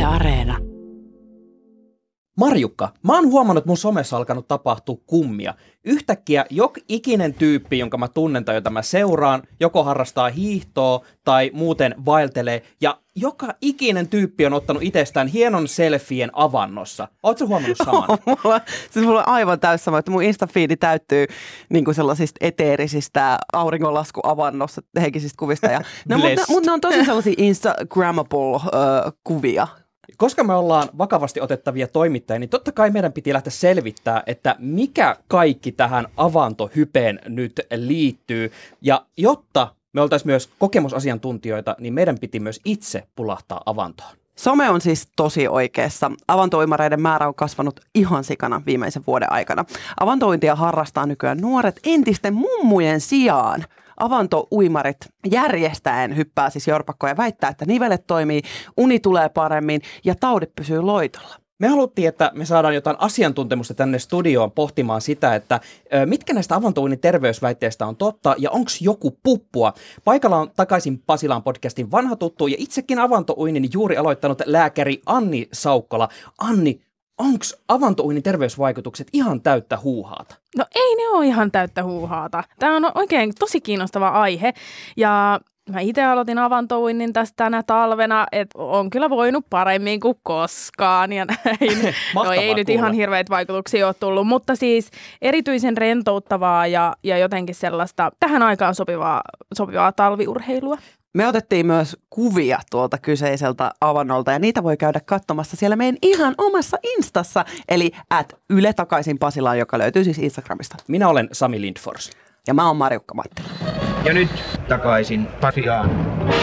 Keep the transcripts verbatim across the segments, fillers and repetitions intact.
Areena. Marjukka, mä oon huomannut, että mun somessa on alkanut tapahtua kummia. Yhtäkkiä jok ikinen tyyppi, jonka mä tunnen tai jota mä seuraan, joko harrastaa hiihtoa tai muuten vaeltelee, ja joka ikinen tyyppi on ottanut itsestään hienon selfien avannossa. Ootko huomannut saman? mulla, siis mulla on aivan täys sama, että mun Insta-fiidi täyttyy niin kuin sellaisista eteerisistä auringonlaskuavannossa henkisistä kuvista. Ja, no, mutta, mutta ne on tosi sellaisia Instagrammable-kuvia. Koska me ollaan vakavasti otettavia toimittajia, niin totta kai meidän piti lähteä selvittää, että mikä kaikki tähän avantohypeen nyt liittyy. Ja jotta me oltaisiin myös kokemusasiantuntijoita, niin meidän piti myös itse pulahtaa avantoon. Some on siis tosi oikeassa. Avantouimareiden määrä on kasvanut ihan sikana viimeisen vuoden aikana. Avantouintia harrastaa nykyään nuoret entisten mummujen sijaan. Avantouimarit järjestäen hyppää siis jorpakkoja ja väittää, että nivelet toimii, uni tulee paremmin ja taudit pysyy loitolla. Me haluttiin, että me saadaan jotain asiantuntemusta tänne studioon pohtimaan sitä, että mitkä näistä avantouinnin terveysväitteistä on totta ja onko joku puppua. Paikalla on takaisin Pasilaan podcastin vanha tuttu ja itsekin avantouinnin juuri aloittanut lääkäri Anni Saukkola. Anni, onko avantouinnin terveysvaikutukset ihan täyttä huuhaata? No ei ne ole ihan täyttä huuhaata. Tämä on oikein tosi kiinnostava aihe ja mä itse aloitin avantouinnin tästä tänä talvena, että on kyllä voinut paremmin kuin koskaan ja näin. No ei nyt ihan hirveitä vaikutuksia ole tullut, mutta siis erityisen rentouttavaa ja, ja jotenkin sellaista tähän aikaan sopivaa, sopivaa talviurheilua. Me otettiin myös kuvia tuolta kyseiseltä avannolta ja niitä voi käydä katsomassa siellä meidän ihan omassa Instassa, eli at Yle takaisin Pasilaan, joka löytyy siis Instagramista. Minä olen Sami Lindfors. Ja mä oon Marjukka Mattila. Ja nyt takaisin Pasilaan.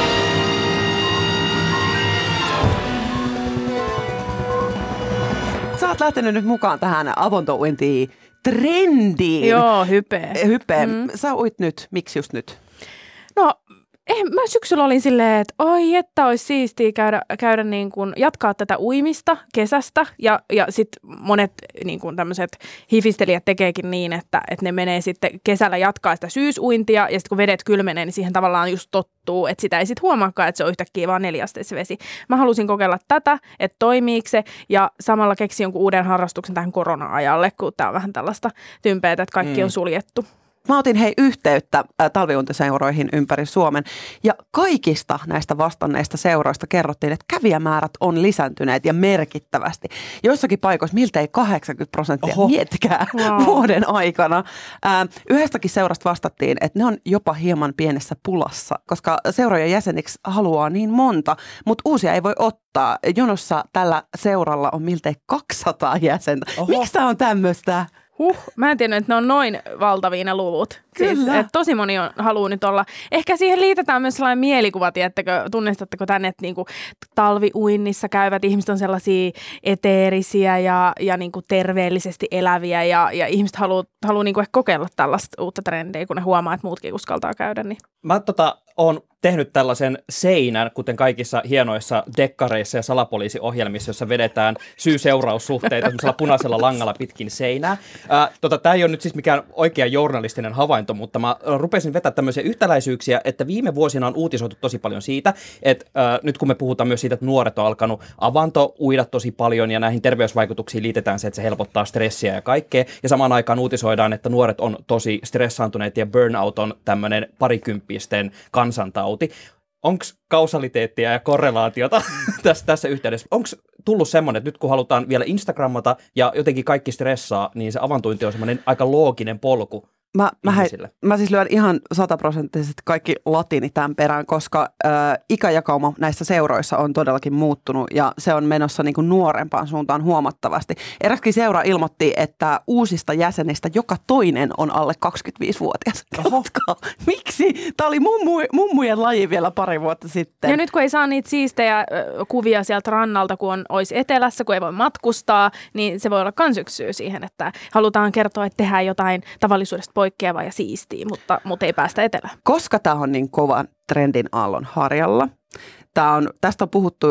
Sä oot lähtenyt nyt mukaan tähän avantouintiin trendiin. Joo, hypeen. Hypeen. Mm. Sä uit nyt. Miksi just nyt? No, eh, mä syksyllä olin silleen, että oi, että olisi siistiä käydä, käydä niin kuin, jatkaa tätä uimista kesästä. Ja, ja sitten monet niin kuin tämmöiset hifistelijät tekeekin niin, että, että ne menee sitten kesällä jatkaa sitä syysuintia. Ja sitten kun vedet kylmenee, niin siihen tavallaan just tottuu, että sitä ei sitten huomaakaan, että se on yhtäkkiä vaan neljästeessä vesi. Mä halusin kokeilla tätä, että toimiiko se. Ja samalla keksin jonkun uuden harrastuksen tähän korona-ajalle, kun tää on vähän tällaista tympeätä, että kaikki mm. on suljettu. Mä otin hei yhteyttä talviuintiseuroihin ympäri Suomen ja kaikista näistä vastanneista seuroista kerrottiin, että kävijämäärät on lisääntyneet ja merkittävästi. Joissakin paikoissa miltei kahdeksankymmentä prosenttia, Oho. miettikää, wow. vuoden aikana. Ää, yhdestäkin seurasta vastattiin, että ne on jopa hieman pienessä pulassa, koska seurojen jäseniksi haluaa niin monta, mutta uusia ei voi ottaa. Jonossa tällä seuralla on miltei kaksisataa jäsentä. Miksi tämä on tämmöistä? Huh, mä en tiedä, että ne on noin valtavia ne luvut. Siis, että tosi moni on, haluaa nyt olla. Ehkä siihen liitetään myös sellainen mielikuva, tiettäkö, tunnistatteko tänne, että niinku talviuinnissa käyvät ihmiset on sellaisia eteerisiä ja, ja niinku terveellisesti eläviä ja, ja ihmiset haluaa haluu niinku kokeilla tällaista uutta trendiä, kun ne huomaa, että muutkin uskaltaa käydä. Niin. Mä tota, oon tehnyt tällaisen seinän, kuten kaikissa hienoissa dekkareissa ja salapoliisiohjelmissa, jossa vedetään syy-seuraussuhteita punaisella langalla pitkin seinää. Ää, tota, tämä ei ole nyt siis mikään oikea journalistinen havainto, mutta mä rupesin vetää tämmöisiä yhtäläisyyksiä, että viime vuosina on uutisoitu tosi paljon siitä, että ää, nyt kun me puhutaan myös siitä, että nuoret on alkanut avantouida tosi paljon ja näihin terveysvaikutuksiin liitetään se, että se helpottaa stressiä ja kaikkea, ja samaan aikaan uutisoidaan, että nuoret on tosi stressaantuneet ja burnout on tämmöinen parikymppisten kansantauti. Onko kausaliteettia ja korrelaatiota tässä, tässä yhteydessä? Onko tullut semmoinen, että nyt kun halutaan vielä Instagrammata ja jotenkin kaikki stressaa, niin se avantouinti on semmoinen aika looginen polku Mä, mä, hei, mä siis lyön ihan sataprosenttisesti kaikki latini tämän perään, koska ö, ikäjakauma näissä seuroissa on todellakin muuttunut ja se on menossa niin kuin nuorempaan suuntaan huomattavasti. Eräskin seura ilmoitti, että uusista jäsenistä joka toinen on alle kaksikymmentäviisivuotias. Miksi? Tämä oli mummu, mummujen laji vielä pari vuotta sitten. Ja nyt kun ei saa niitä siistejä ö, kuvia sieltä rannalta, kun on, olisi etelässä, kun ei voi matkustaa, niin se voi olla kans yksi syy siihen, että halutaan kertoa, että tehdään jotain tavallisuudesta poikkeavaa ja siistiä, mutta, mutta ei päästä etelään. Koska tämä on niin kovan trendin aallon harjalla, tää on, tästä on puhuttu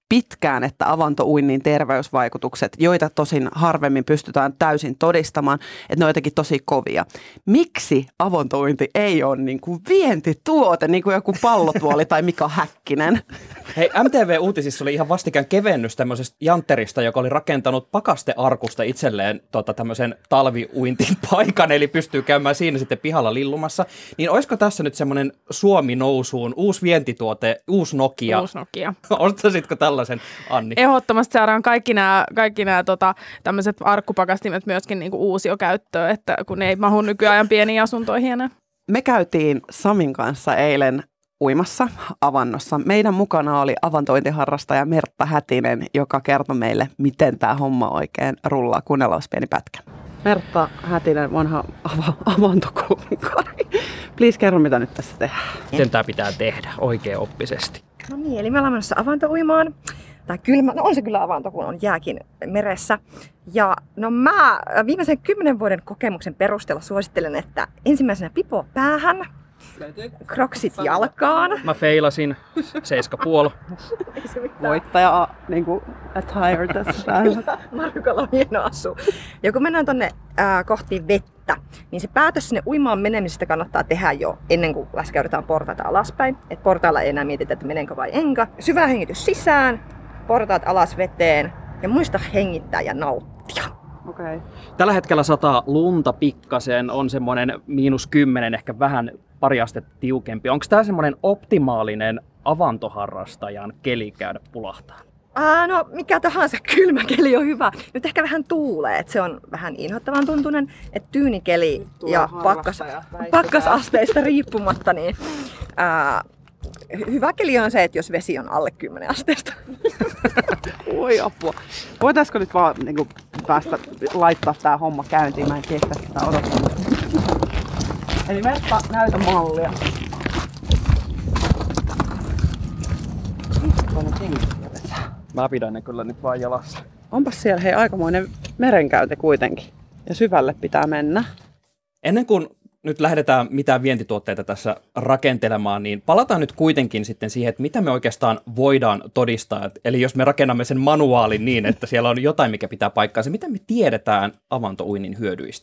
pitkään, että avantouinnin terveysvaikutukset, joita tosin harvemmin pystytään täysin todistamaan, että ne on jotenkin tosi kovia. Miksi avantouinti ei ole niin kuin vientituote, niin kuin joku pallotuoli tai Mika Häkkinen? Hei, M T V-uutisissa oli ihan vastikään kevennys tämmöisestä jantterista, joka oli rakentanut pakastearkusta itselleen tota, tämmöisen talviuintipaikan, eli pystyy käymään siinä sitten pihalla lillumassa. Niin olisiko tässä nyt semmoinen Suomi nousuun, uusi vientituote, uusi Nokia? Uusi Nokia. Ostaisitko tällaisen, Anni? Ehdottomasti saadaan kaikki nämä, kaikki nämä tota, tämmöiset arkkupakastimet myöskin niinku uusiokäyttöön, että kun ne ei mahu nykyajan pieniin asuntoihin enää. Me käytiin Samin kanssa eilen uimassa avannossa. Meidän mukana oli avantointiharrastaja Mertta Hätinen, joka kertoi meille, miten tämä homma oikein rullaa. Kuunnellaan pieni pätkä. Mertta Hätinen, vanha av- avantokunkari. Please kerro, mitä nyt tässä tehdään. Miten tämä pitää tehdä oikein oppisesti? No niin, eli me ollaan menossa avantouimaan. Tai kylmä, no on se kyllä avanto, kun on jääkin meressä. Ja no mä viimeisen kymmenen vuoden kokemuksen perusteella suosittelen, että ensimmäisenä pipo päähän, kroksit jalkaan. Mä feilasin, seiska puoli. Voittaja niin kuin attire tässä päällä. Marjukalla on hieno asu. Ja kun mennään tonne äh, kohti vettä, niin se päätös sinne uimaan menemisestä kannattaa tehdä jo ennen kuin läskäydetään portaita alaspäin. Et portailla ei enää mietitä, että menenkö vai enkä. Syvä hengitys sisään, portaat alas veteen ja muista hengittää ja nauttia. Okay. Tällä hetkellä sataa lunta pikkasen, on semmoinen miinus kymmenen, ehkä vähän pari astetta tiukempi. Onko tämä semmoinen optimaalinen avantoharrastajan keli käydä pulahtaa? Aa, no mikä tahansa kylmä keli on hyvä. Nyt ehkä vähän tuulee, että se on vähän inhottavan tuntunen, että tyynikeli ja pakkas, pakkasasteista riippumatta, niin ää, hyvä keli on se, että jos vesi on alle kymmenen asteesta. Oi apua. Voitaisko nyt vaan niin kuin, päästä laittaa tää homma käyntiin? Mä en kestä sitä odottaa. Eli Mertta, näytä mallia. Mä pidän ne kyllä nyt vaan jalassa. Onpas siellä hei aikamoinen merenkäynti kuitenkin. Ja syvälle pitää mennä. Ennen kuin nyt lähdetään mitään vientituotteita tässä rakentelemaan, niin palataan nyt kuitenkin sitten siihen, että mitä me oikeastaan voidaan todistaa. Eli jos me rakennamme sen manuaalin niin, että siellä on jotain, mikä pitää paikkaansa, mitä me tiedetään avantouinnin hyödyistä?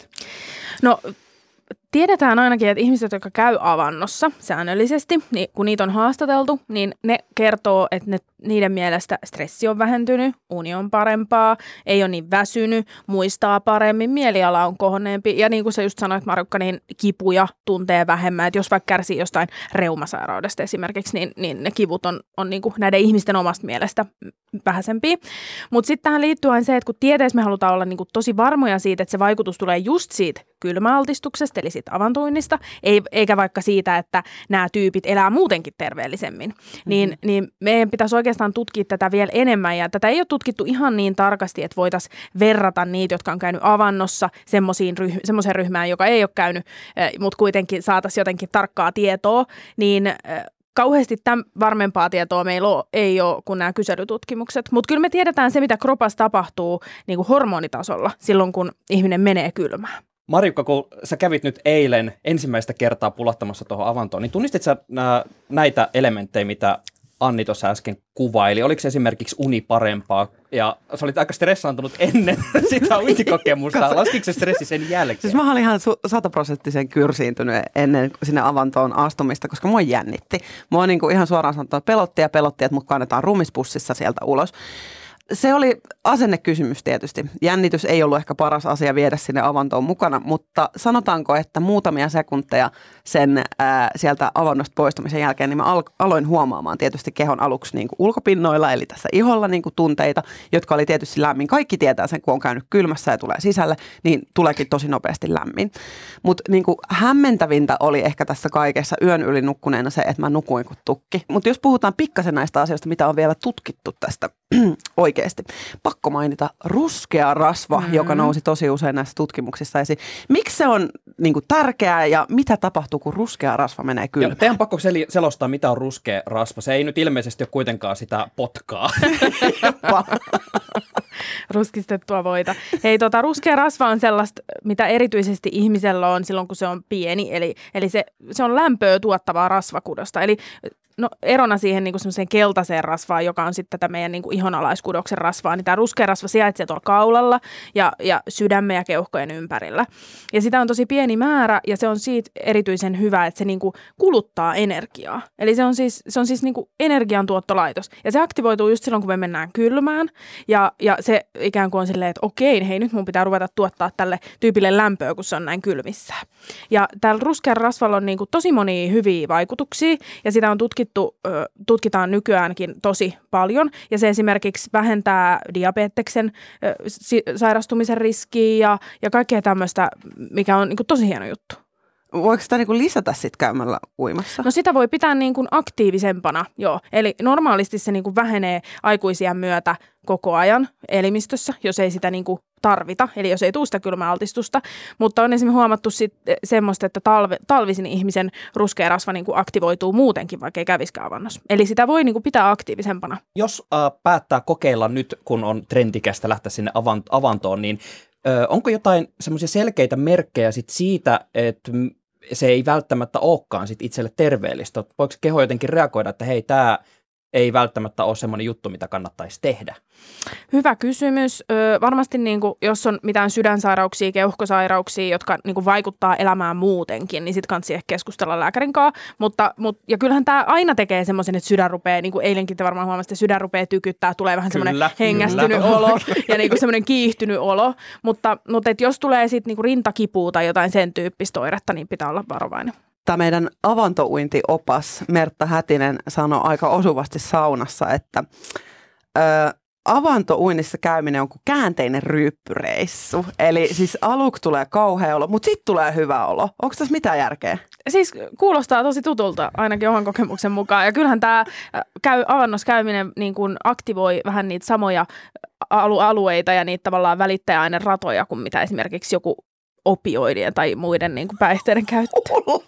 No tiedetään ainakin, että ihmiset, jotka käy avannossa säännöllisesti, niin kun niitä on haastateltu, niin ne kertoo, että ne, niiden mielestä stressi on vähentynyt, uni on parempaa, ei ole niin väsynyt, muistaa paremmin, mieliala on kohonneempi. Ja niin kuin sä just sanoit, Marjukka, niin kipuja tuntee vähemmän. Että jos vaikka kärsii jostain reumasairaudesta esimerkiksi, niin, niin ne kivut on, on niin kuin näiden ihmisten omasta mielestä vähäisempiä. Mutta sitten tähän liittyy aina se, että kun tieteessä me halutaan olla niin kuin tosi varmoja siitä, että se vaikutus tulee just siitä kylmäaltistuksesta, eli siitä avantouinnista, eikä vaikka siitä, että nämä tyypit elää muutenkin terveellisemmin. Mm-hmm. Niin, niin meidän pitäisi oikeastaan tutkia tätä vielä enemmän, ja tätä ei ole tutkittu ihan niin tarkasti, että voitaisiin verrata niitä, jotka on käynyt avannossa semmoiseen ryh- ryhmään, joka ei ole käynyt, mutta kuitenkin saataisiin jotenkin tarkkaa tietoa, niin kauheasti tämän varmempaa tietoa meillä ei ole kuin nämä kyselytutkimukset, mutta kyllä me tiedetään se, mitä kropassa tapahtuu niin kuin hormonitasolla silloin, kun ihminen menee kylmään. Marjukka, kun sä kävit nyt eilen ensimmäistä kertaa pulahtamassa tuohon avantoon, niin tunnistit sä nää, näitä elementtejä, mitä Anni tuossa äsken kuvaili? Oliko se esimerkiksi uni parempaa? Ja sä olit aika stressaantunut ennen sitä uintikokemusta. Laskiko se stressi sen jälkeen? Siis mä olin ihan sataprosenttisen kyrsiintynyt ennen sinne avantoon astumista, koska mua jännitti. Mua niin kuin ihan suoraan sanottuna pelotti ja pelotti, että mut kannetaan ruumispussissa sieltä ulos. Se oli asennekysymys tietysti. Jännitys ei ollut ehkä paras asia viedä sinne avantoon mukana, mutta sanotaanko, että muutamia sekunteja sen ää, sieltä avannosta poistumisen jälkeen, niin mä al- aloin huomaamaan tietysti kehon aluksi niin kuin ulkopinnoilla, eli tässä iholla niin kuin tunteita, jotka oli tietysti lämmin. Kaikki tietää sen, kun on käynyt kylmässä ja tulee sisälle, niin tuleekin tosi nopeasti lämmin. Mutta niin kuin hämmentävintä oli ehkä tässä kaikessa yön yli nukkuneena se, että mä nukuin kuin tukki. Mutta jos puhutaan pikkasen näistä asioista, mitä on vielä tutkittu tästä oikeasti. Pakko mainita ruskea rasva, mm-hmm. joka nousi tosi usein näissä tutkimuksissa esiin. Miksi se on niin kuin, tärkeää ja mitä tapahtuu, kun ruskea rasva menee kylmään? Teidän pakko sel- selostaa, mitä on ruskea rasva. Se ei nyt ilmeisesti ole kuitenkaan sitä potkaa. ruskistettua voita. Hei, tota, ruskea rasva on sellaista, mitä erityisesti ihmisellä on silloin, kun se on pieni. Eli, eli se, se on lämpöä tuottavaa rasvakudosta. Eli no, erona siihen niin kuin semmoiseen keltaiseen rasvaan, joka on sitten tätä meidän niin kuin ihonalaiskudoksen rasvaa, niin tämä ruskea rasva sijaitsee tuolla kaulalla ja, ja sydämen ja keuhkojen ympärillä. Ja sitä on tosi pieni määrä ja se on siitä erityisen hyvä, että se niin kuin kuluttaa energiaa. Eli se on siis, se on siis niin kuin energiantuottolaitos. Ja se aktivoituu just silloin, kun me mennään kylmään ja, ja se ikään kuin on silleen, että okei, hei nyt mun pitää ruveta tuottaa tälle tyypille lämpöä, kun se on näin kylmissään. Ja täällä ruskean rasvalla on niin kuin tosi monia hyviä vaikutuksia ja sitä on tutkittu tutkitaan nykyäänkin tosi paljon, ja se esimerkiksi vähentää diabeteksen sairastumisen riskiä ja, ja kaikkea tämmöistä, mikä on niin kuin tosi hieno juttu. Voiko sitä niin kuin lisätä sitten käymällä uimassa? No sitä voi pitää niin kuin aktiivisempana, joo. Eli normaalisti se niin kuin vähenee aikuisien myötä koko ajan elimistössä, jos ei sitä niin kuin tarvita, eli jos ei tule sitä kylmäaltistusta. Mutta on esimerkiksi huomattu sit semmoista, että talve, talvisin ihmisen ruskea rasva niin kuin aktivoituu muutenkin, vaikka ei käviskään avannossa. Eli sitä voi niin kuin pitää aktiivisempana. Jos äh, päättää kokeilla nyt, kun on trendikästä lähteä sinne avant- avantoon, niin äh, onko jotain semmoisia selkeitä merkkejä sit siitä, että se ei välttämättä olekaan sit itselle terveellistä? Voiko keho jotenkin reagoida, että hei, tämä ei välttämättä ole semmoinen juttu, mitä kannattaisi tehdä? Hyvä kysymys. Ö, varmasti niin kuin, jos on mitään sydänsairauksia, keuhkosairauksia, jotka niin kuin vaikuttaa elämään muutenkin, niin sitten kannattaa ehkä keskustella lääkärin kanssa. Mutta, mut, ja kyllähän tämä aina tekee semmoisen, että sydän rupeaa, niin kuin eilenkin te varmaan huomasitte, että sydän rupeaa tykyttää, tulee vähän semmoinen hengästynyt kyllä. olo ja niin kuin semmoinen kiihtynyt olo. Mutta, mutta et jos tulee sitten niin kuin rintakipua tai jotain sen tyyppistä oiretta, niin pitää olla varovainen. Tämä meidän avantouintiopas Mertta Hätinen sanoi aika osuvasti saunassa, että ö, avantouinnissa käyminen on kuin käänteinen ryyppyreissu. Eli siis aluksi tulee kauhea olo, mutta sitten tulee hyvä olo. Onko tässä mitään järkeä? Siis kuulostaa tosi tutulta ainakin oman kokemuksen mukaan. Ja kyllähän tämä käy, avannossa käyminen niin kuin aktivoi vähän niitä samoja alueita ja niitä tavallaan välittäjäaineratoja kuin mitä esimerkiksi joku opioidien tai muiden niin kuin päihteiden käyttö.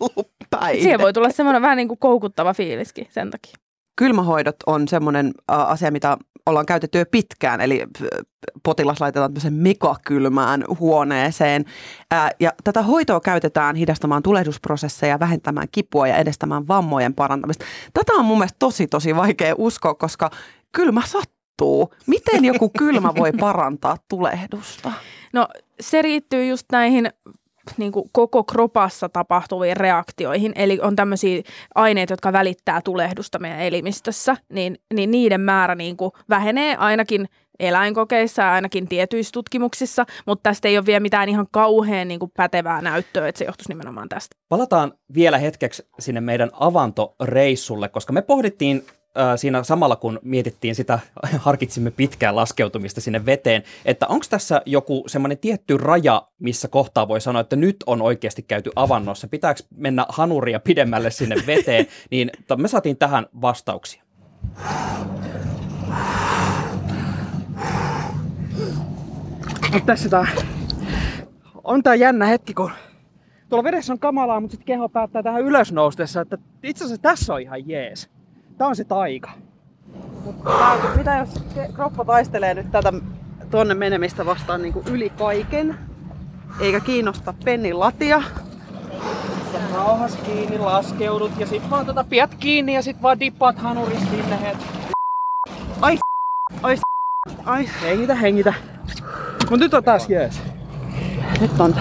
Siihen voi tulla semmoinen vähän niin kuin koukuttava fiiliskin sen takia. Kylmähoidot on semmoinen asia, mitä ollaan käytetty jo pitkään, eli potilas laitetaan tämmöisen megakylmään huoneeseen. Ja tätä hoitoa käytetään hidastamaan tulehdusprosesseja, vähentämään kipua ja edestämään vammojen parantamista. Tätä on mun mielestä tosi, tosi vaikea uskoa, koska kylmä sattuu. Miten joku kylmä voi parantaa tulehdusta? No se riittyy just näihin niin kuin koko kropassa tapahtuviin reaktioihin, eli on tämmöisiä aineita, jotka välittää tulehdusta meidän elimistössä, niin, niin niiden määrä niin kuin vähenee ainakin eläinkokeissa ja ainakin tietyissä tutkimuksissa, mutta tästä ei ole vielä mitään ihan kauhean niin kuin pätevää näyttöä, että se johtuisi nimenomaan tästä. Palataan vielä hetkeksi sinne meidän avantoreissulle, koska me pohdittiin siinä samalla, kun mietittiin sitä, harkitsimme pitkään laskeutumista sinne veteen, että onko tässä joku semmoinen tietty raja, missä kohtaa voi sanoa, että nyt on oikeasti käyty avannossa, pitääkö mennä hanuria pidemmälle sinne veteen, niin me saatiin tähän vastauksia. Mutta tässä tää on tää jännä hetki, kun tuolla vedessä on kamalaa, mutta sitten keho päättää tähän ylös noustessa, että itse asiassa tässä on ihan jees. Tää on se taika. Mutta mitä jos kroppa taistelee nyt tätä tuonne menemistä vastaan niin kuin yli kaiken, eikä kiinnosta pennin latia? Sä rauhas kiinni, laskeudut ja sit vaan tota piät kiinni ja sit vaan dippaat hanuris sinne het. Ai ai ai. Hengitä, hengitä. Mut nyt on taas jees. Nyt on.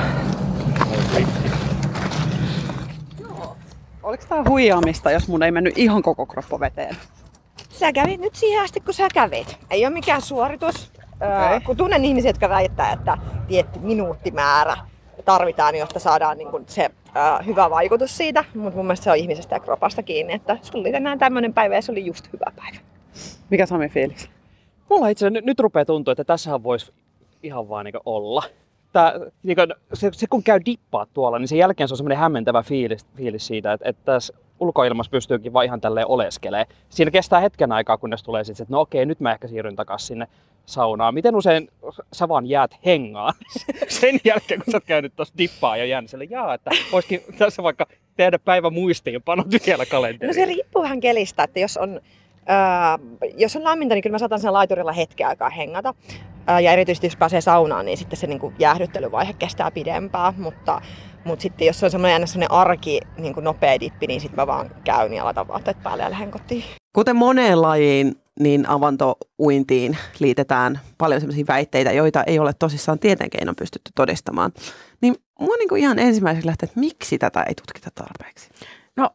Oliko tää huijaamista, jos mun ei mennyt ihan koko kroppa veteen? Sä kävit nyt siihen asti, kun sä kävit. Ei ole mikään suoritus. Okay. Kun tunnen ihmisiä, jotka väittää, että tietty minuuttimäärä tarvitaan, jotta saadaan niin kuin se äh, hyvä vaikutus siitä. Mutta mun mielestä se on ihmisestä ja kropasta kiinni, että sulla oli tänään tämmönen päivä ja se oli just hyvä päivä. Mikä Sami fiiliksi? Mulla itse asiassa nyt, nyt rupeaa tuntua, että tässähän voisi ihan vaan niin olla. Tää, niin kuin, se, se kun käy dippaa tuolla, niin sen jälkeen se on semmoinen hämmentävä fiilis, fiilis siitä, että, että tässä ulkoilmassa pystyykin vaan ihan tälleen oleskelemaan. Siinä kestää hetken aikaa, kunnes tulee sitten, että no okei, nyt mä ehkä siirryn takaisin sinne saunaan. Miten usein sä vaan jäät hengaan sen jälkeen, kun sä oot käynyt tuossa dippaa ja jäänyt sille, jaa, että voisikin tässä vaikka tehdä päivä muistiinpanot vielä kalenteriin. No se riippuu vähän kelistä, että jos on, äh, jos on lämmintä, niin kyllä mä saatan sen laiturilla hetken aikaa hengata. Ja erityisesti jos pääsee saunaan, niin sitten se niin kuin jäähdyttelyvaihe kestää pidempään, mutta, mutta sitten jos on semmoinen, semmoinen arki, niin kuin nopea dippi, niin sitten mä vaan käyn ja laitan vaatteet päälle ja lähden kotiin. Kuten moneen lajiin, niin avantouintiin liitetään paljon sellaisia väitteitä, joita ei ole tosissaan tieteen keinon pystytty todistamaan. Niin mua niin kuin ihan ensimmäiseksi lähtee, että miksi tätä ei tutkita tarpeeksi? No,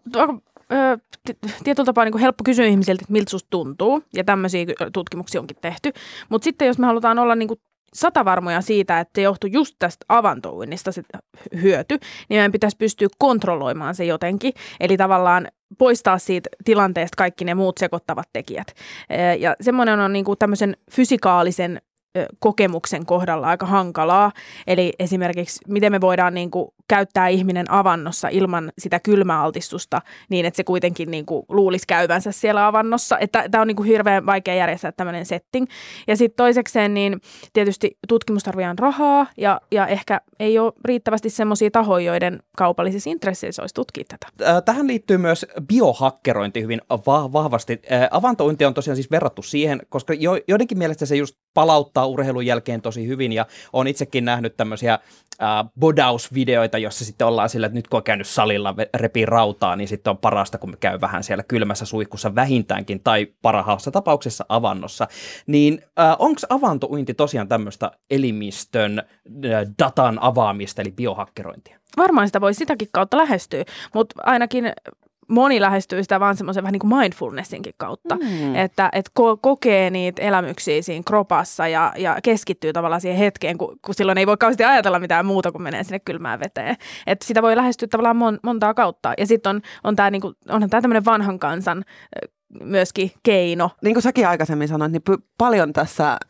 ö, tietyllä tapaa niin kuin helppo kysyä ihmisiltä, että miltä susta tuntuu, ja tämmöisiä tutkimuksia onkin tehty. Mutta sitten jos me halutaan olla niin kuin satavarmoja siitä, että se johtuu just tästä avantouinnista se hyöty, niin meidän pitäisi pystyä kontrolloimaan se jotenkin. Eli tavallaan poistaa siitä tilanteesta kaikki ne muut sekoittavat tekijät. Ja semmoinen on niin kuin tämmöisen fysikaalisen kokemuksen kohdalla aika hankalaa. Eli esimerkiksi miten me voidaan niin kuin käyttää ihminen avannossa ilman sitä kylmäaltistusta niin, että se kuitenkin niin kuin luulisi käyvänsä siellä avannossa. Että tämä on niin kuin hirveän vaikea järjestää tämmöinen setting. Ja sitten toisekseen niin tietysti tutkimus tarvitaan rahaa ja, ja ehkä ei ole riittävästi semmoisia tahoja, joiden kaupallisissa intresseissä olisi tutkia tätä. Tähän liittyy myös biohakkerointi hyvin va- vahvasti. Avantouinti on tosiaan siis verrattu siihen, koska jo, joidenkin mielestä se just palauttaa urheilun jälkeen tosi hyvin ja olen itsekin nähnyt tämmöisiä äh, bodausvideoita, jossa sitten ollaan sillä, että nyt kun on käynyt salilla repii rautaa, niin sitten on parasta, kun me käy vähän siellä kylmässä suihkussa vähintäänkin tai parhaassa tapauksessa avannossa. Niin äh, onko avantouinti tosiaan tämmöistä elimistön äh, datan avaamista, eli biohakkerointia? Varmaan sitä voi sitäkin kautta lähestyä, mutta ainakin moni lähestyy sitä vaan semmoisen vähän niin kuin mindfulnessinkin kautta, mm. että et ko- kokee niitä elämyksiä siinä kropassa ja, ja keskittyy tavallaan siihen hetkeen, kun, kun silloin ei voi kauheasti ajatella mitään muuta, kun menee sinne kylmään veteen. Että sitä voi lähestyä tavallaan mon- montaa kautta. Ja sitten on, on tää niinku, onhan tämä tämmöinen vanhan kansan myöskin keino. Niin kuin säkin aikaisemmin sanoit, niin p- paljon tässä ä,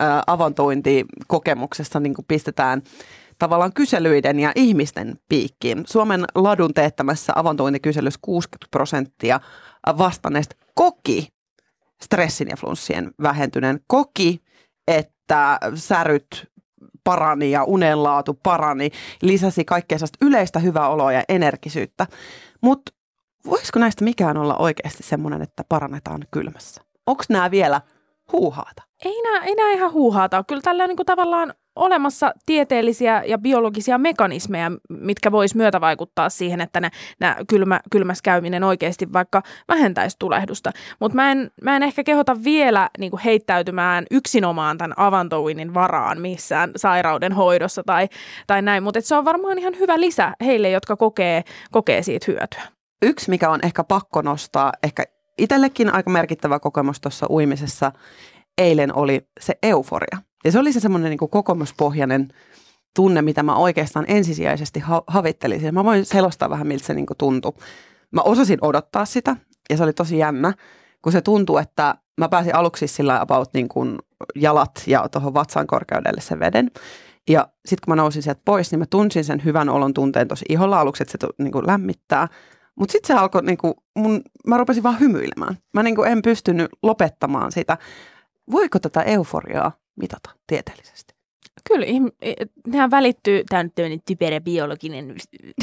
avantouintikokemuksessa niin kuin pistetään tavallaan kyselyiden ja ihmisten piikkiin. Suomen ladun teettämässä avantouintikyselyssä kuusikymmentä prosenttia vastanneista koki stressin ja flunssien vähentyneen. Koki, että säryt parani ja unenlaatu parani, lisäsi kaikkea sellaista yleistä hyvää oloa ja energisyyttä. Mutta voisiko näistä mikään olla oikeasti semmoinen, että parannetaan kylmässä? Onko nämä vielä huuhaata? Ei nämä, ei nämä ihan huuhaata ole. Kyllä tällä on niin kuin tavallaan olemassa tieteellisiä ja biologisia mekanismeja, mitkä vois myötävaikuttaa siihen, että ne, nämä kylmä, kylmässä käyminen oikeasti vaikka vähentäisi tulehdusta. Mutta mä en, mä en ehkä kehota vielä niin kuin heittäytymään yksinomaan tämän avantouinnin varaan missään sairauden hoidossa tai, tai näin. Mutta se on varmaan ihan hyvä lisä heille, jotka kokee, kokee siitä hyötyä. Yksi, mikä on ehkä pakko nostaa, ehkä itsellekin aika merkittävä kokemus tuossa uimisessa eilen oli se euforia. Ja se oli se semmoinen niin kuin kokemuspohjainen tunne, mitä mä oikeastaan ensisijaisesti ha- havittelisin. Mä voin selostaa vähän, miltä se niin kuin tuntui. Mä osasin odottaa sitä ja se oli tosi jännä, kun se tuntui, että mä pääsin aluksi sillä about niin kuin jalat ja tuohon vatsan korkeudelle sen veden. Ja sitten kun mä nousin sieltä pois, niin mä tunsin sen hyvän olon tunteen tosi iholla aluksi, että se niin kuin lämmittää. Mutta sitten se alkoi, niin kuin, mun, mä rupesin vaan hymyilemään. Mä niin kuin en pystynyt lopettamaan sitä. Voiko tätä euforiaa mitata tieteellisesti? Kyllä, nehän välittyy, tämä on nyt tämmöinen typerä biologinen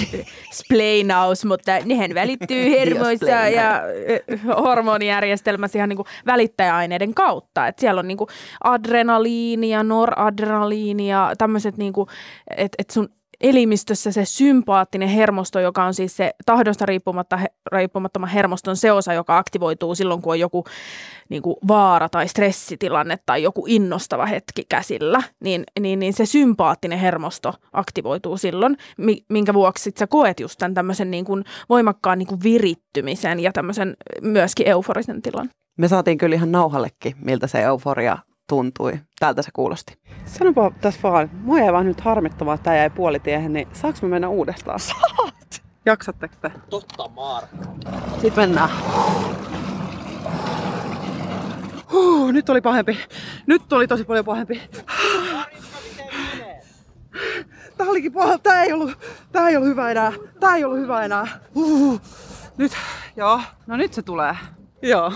spleinaus, mutta nehän välittyy hermoissa ja hormonijärjestelmässä ihan niin kuin välittäjäaineiden kautta. Et siellä on niin kuin adrenaliinia, noradrenaliinia, tämmöiset, niin kuin, että et sun elimistössä se sympaattinen hermosto, joka on siis se tahdosta riippumatta, riippumattoman hermoston se osa, joka aktivoituu silloin, kun on joku niin kuin vaara tai stressitilanne tai joku innostava hetki käsillä, niin, niin, niin se sympaattinen hermosto aktivoituu silloin, minkä vuoksi sit sä koet just tämän tämmöisen niin kuin voimakkaan niin kuin virittymisen ja tämmöisen myöskin euforisen tilan. Me saatiin kyllä ihan nauhallekin, miltä se euforia tuntui. Tältä se kuulosti. Sanopa tässä vaan, mua jäi vaan nyt harmittamaan, että tämä jäi puolitiehen, niin saanko me mennä uudestaan? Saat! Jaksatteko te? Totta, maar. Sitten mennään. Huh, nyt oli pahempi. Nyt oli tosi paljon pahempi. Tää olikin paha. Tää ei ollut, tää ei ollut hyvä enää. Tää ei ollut hyvä enää. Huh. Nyt, joo. No nyt se tulee. Joo.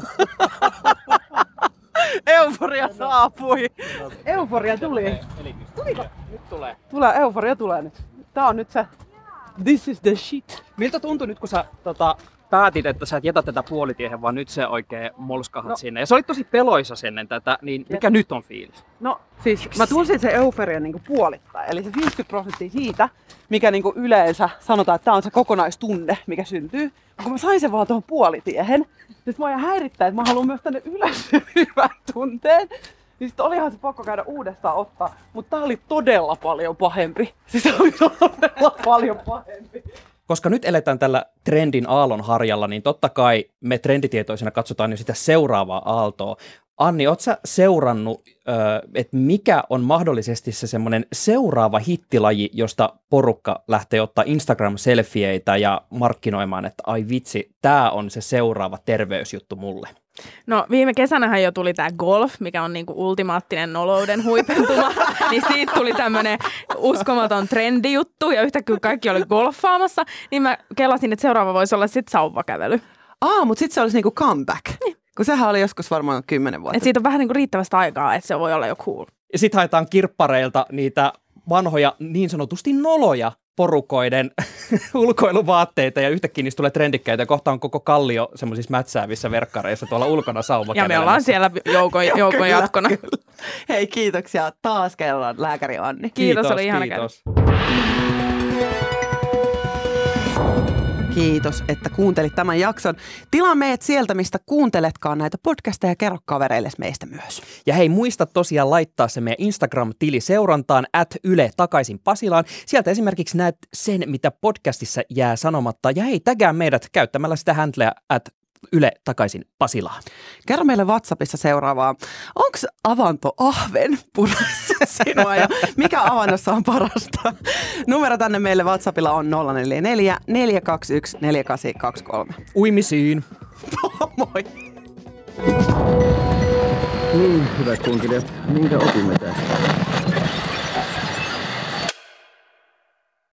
Euforia saapui. Euforia tuli. Tuliko? Nyt tulee. Tulee, euforia tulee nyt. Tää on nyt se. This is the shit. Miltä tuntui nyt, kun sä tota, päätit, että sä et jätä tätä puolitiehen, vaan nyt se oikein molskahat No. sinne. Ja se oli tosi peloisas ennen tätä, niin mikä nyt on fiilis? No siis mä tunsin se euforia niinku puolittain, eli se viisikymmentä prosenttia siitä, mikä niinku yleensä sanotaan, että tää on se kokonaistunne, mikä syntyy. Kun mä sain sen vaan tuohon puolitiehen, nyt mä ajan häirittää, että mä haluan myös tänne ylös hyvän tunteen. Niin sit olihan se pakko käydä uudestaan ottaa, mutta tää oli todella paljon pahempi. Siis se oli todella paljon pahempi. Koska nyt eletään tällä trendin aallonharjalla, niin totta kai me trenditietoisina katsotaan jo sitä seuraavaa aaltoa. Anni, ootko sä seurannut, että mikä on mahdollisesti se semmoinen seuraava hittilaji, josta porukka lähtee ottaa Instagram-selfieitä ja markkinoimaan, että ai vitsi, tää on se seuraava terveysjuttu mulle? No viime kesänähän jo tuli tää golf, mikä on niinku ultimaattinen nolouden huipentuma, niin siitä tuli tämmönen uskomaton trendijuttu ja yhtäkkiä kaikki oli golfaamassa, niin mä kelasin, että seuraava voisi olla sit sauvakävely. Aa, mutta sit se olisi niinku comeback. Niin. Kun sehän oli joskus varmaan kymmenen vuotta. Et siitä on vähän niinku riittävästä aikaa, että se voi olla jo cool. Ja sit haetaan kirppareilta niitä vanhoja niin sanotusti noloja porukoiden ulkoiluvaatteita ja yhtäkkiä niistä tulee trendikkäitä ja kohta on koko kallio semmoisissa mätsäävissä verkkareissa tuolla ulkona sauva. Ja me ollaan siellä joukon, joukon jatkona. Hei, kiitoksia taas kerran lääkäri Anni. Kiitos, kiitos oli ihana kiitos. Kiitos, että kuuntelit tämän jakson. Tilaa meidät sieltä, mistä kuunteletkaan näitä podcasteja ja kerro kavereilles meistä myös. Ja hei, muista tosiaan laittaa se meidän Instagram-tili seurantaan at Yle takaisin Pasilaan. Sieltä esimerkiksi näet sen, mitä podcastissa jää sanomatta. Ja hei, tägää meidät käyttämällä sitä handleä at Yle takaisin Pasilaan. Kerro meille WhatsAppissa seuraavaa. Onko avanto ahven purassa sinua ja mikä avannossa on parasta? Numero tänne meille WhatsAppilla on nolla neljä neljä, neljä kaksi yksi, neljä kahdeksan kaksi kolme. Uimisiin! Moi! Niin, hyvät kuuntelijat, minkä opimme tästä?